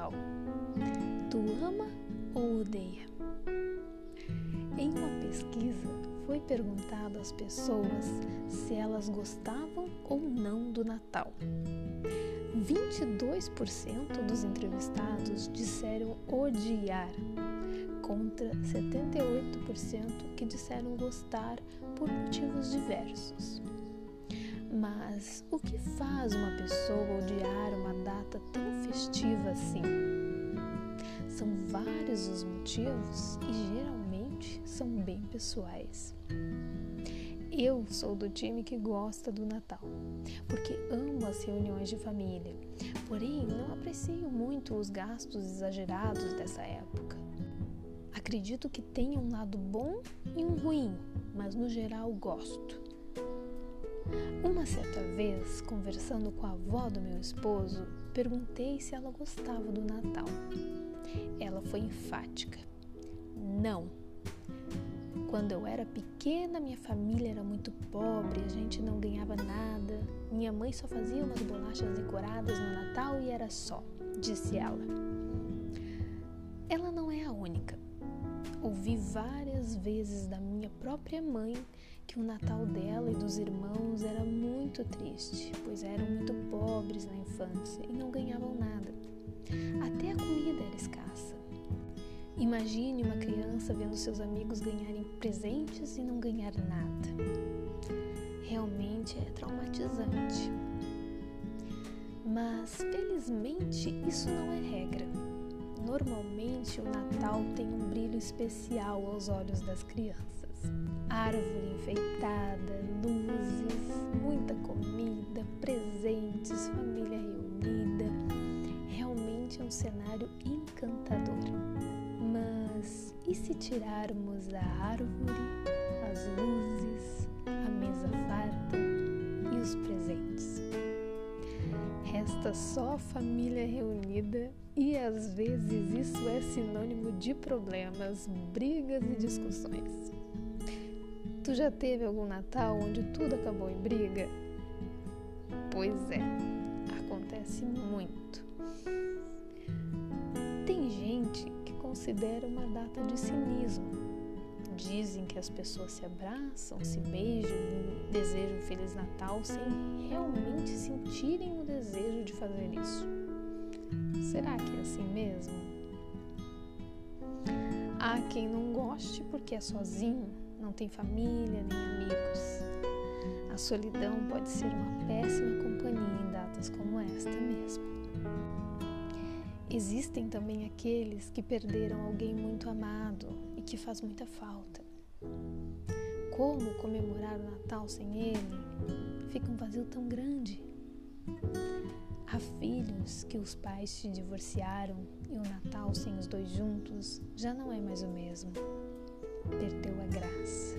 Natal? Tu ama ou odeia? Em uma pesquisa, foi perguntado às pessoas se elas gostavam ou não do Natal. 22% dos entrevistados disseram odiar, contra 78% que disseram gostar por motivos diversos. Mas o que faz uma pessoa odiar uma data tão festiva assim? São vários os motivos e geralmente são bem pessoais. Eu sou do time que gosta do Natal, porque amo as reuniões de família, porém não aprecio muito os gastos exagerados dessa época. Acredito que tem um lado bom e um ruim, mas no geral gosto. Uma certa vez, conversando com a avó do meu esposo, perguntei se ela gostava do Natal. Ela foi enfática. Não. Quando eu era pequena, minha família era muito pobre, a gente não ganhava nada. Minha mãe só fazia umas bolachas decoradas no Natal e era só, disse ela. Ela não é a única. Ouvi várias vezes da minha própria mãe que o Natal dela e dos irmãos era muito triste, pois eram muito pobres na infância e não ganhavam nada. Até a comida era escassa. Imagine uma criança vendo seus amigos ganharem presentes e não ganhar nada. Realmente é traumatizante. Mas, felizmente, isso não é regra. Normalmente, o Natal tem um brilho especial aos olhos das crianças. Árvore enfeitada, luzes, muita comida, presentes, família reunida. Realmente é um cenário encantador. Mas e se tirarmos a árvore, as luzes, a mesa farta e os presentes? Resta só a família reunida e às vezes isso é sinônimo de problemas, brigas e discussões. Tu já teve algum Natal onde tudo acabou em briga? Pois é, acontece muito. Tem gente que considera uma data de cinismo. Dizem que as pessoas se abraçam, se beijam e desejam um Feliz Natal sem realmente sentirem o desejo de fazer isso. Será que é assim mesmo? Há quem não goste porque é sozinho, não tem família nem amigos. A solidão pode ser uma péssima companhia em datas como esta mesmo. Existem também aqueles que perderam alguém muito amado e que faz muita falta. Como comemorar o Natal sem ele? Fica um vazio tão grande. Há filhos que os pais se divorciaram e o Natal sem os dois juntos já não é mais o mesmo. Perdeu a graça.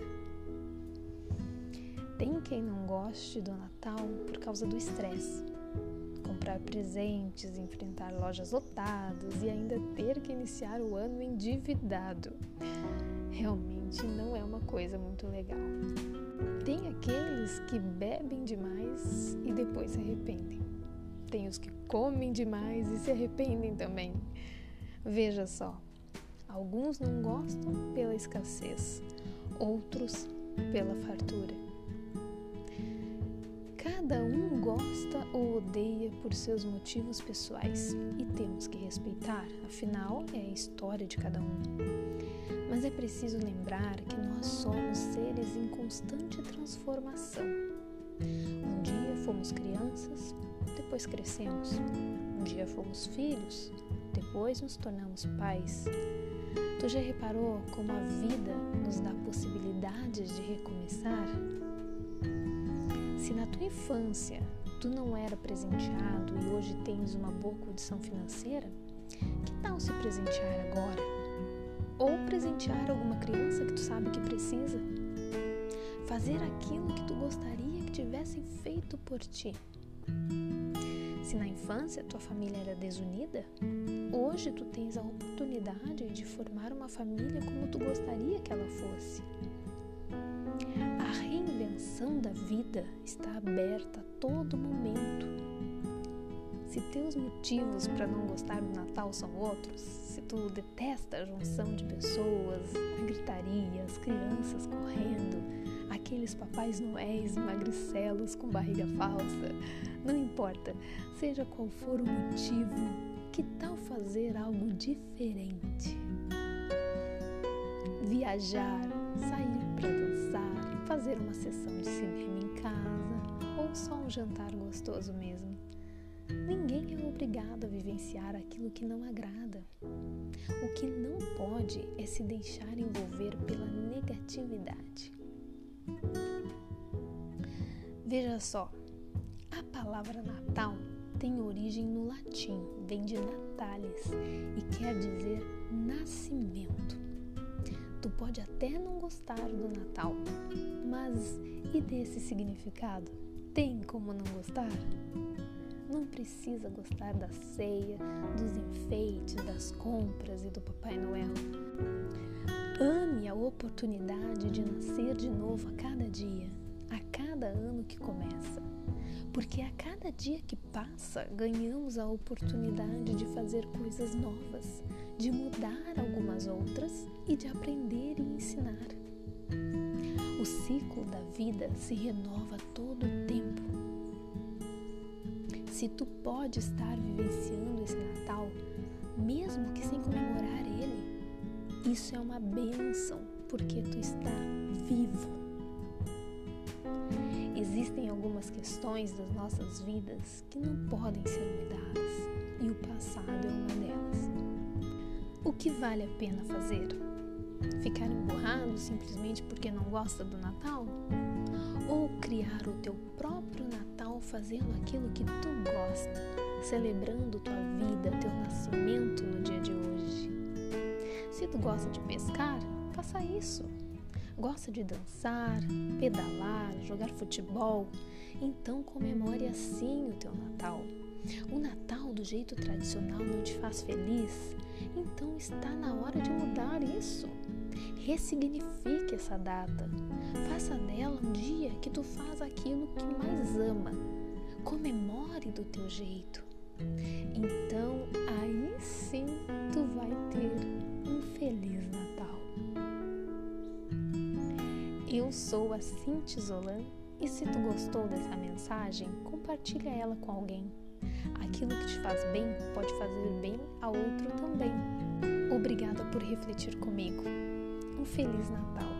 Tem quem não goste do Natal por causa do estresse. Comprar presentes, enfrentar lojas lotadas e ainda ter que iniciar o ano endividado. Realmente não é uma coisa muito legal. Tem aqueles que bebem demais e depois se arrependem. Tem os que comem demais e se arrependem também. Veja só, alguns não gostam pela escassez, outros pela fartura. Cada um gosta ou odeia por seus motivos pessoais e temos que respeitar, afinal é a história de cada um. Mas é preciso lembrar que nós somos seres em constante transformação. Um dia fomos crianças, depois crescemos. Um dia fomos filhos, depois nos tornamos pais. Tu já reparou como a vida nos dá possibilidades de recomeçar? Se na tua infância tu não era presenteado e hoje tens uma boa condição financeira, que tal se presentear agora? Ou presentear alguma criança que tu sabe que precisa? Fazer aquilo que tu gostaria que tivessem feito por ti. Se na infância tua família era desunida, hoje tu tens a oportunidade de formar uma família como tu gostaria que ela fosse. A reinvenção da vida está aberta a todo momento. Se teus motivos para não gostar do Natal são outros, se tu detesta a junção de pessoas, a gritaria, as crianças correndo, aqueles papais noéis magricelos com barriga falsa, não importa, seja qual for o motivo, que tal fazer algo diferente? Viajar, sair para dançar, fazer uma sessão de cinema em casa ou só um jantar gostoso mesmo. Ninguém é obrigado a vivenciar aquilo que não agrada. O que não pode é se deixar envolver pela negatividade. Veja só, a palavra Natal tem origem no latim, vem de natalis e quer dizer nascimento. Tu pode até não gostar do Natal, mas e desse significado? Tem como não gostar? Não precisa gostar da ceia, dos enfeites, das compras e do Papai Noel. Ame a oportunidade de nascer de novo a cada dia, a cada ano que começa. Porque a cada dia que passa, ganhamos a oportunidade de fazer coisas novas, de mudar algumas outras e de aprender e ensinar. O ciclo da vida se renova todo o tempo. Se tu pode estar vivenciando esse Natal, mesmo que sem comemorar ele, isso é uma bênção, porque tu está vivo. Existem algumas questões das nossas vidas que não podem ser mudadas, e o passado é uma delas. O que vale a pena fazer? Ficar emburrado simplesmente porque não gosta do Natal? Ou criar o teu próprio Natal fazendo aquilo que tu gosta, celebrando tua vida, teu nascimento no dia de hoje? Se tu gosta de pescar, faça isso. Gosta de dançar, pedalar, jogar futebol? Então comemore assim o teu Natal. O Natal do jeito tradicional não te faz feliz? Então está na hora de mudar isso. Ressignifique essa data. Faça dela um dia que tu faz aquilo que mais ama. Comemore do teu jeito. Então, aí sim, tu vai ter um Feliz Natal. Eu sou a Cinti Zolan e se tu gostou dessa mensagem, compartilha ela com alguém. Aquilo que te faz bem pode fazer bem a outro também. Obrigada por refletir comigo. Um Feliz Natal!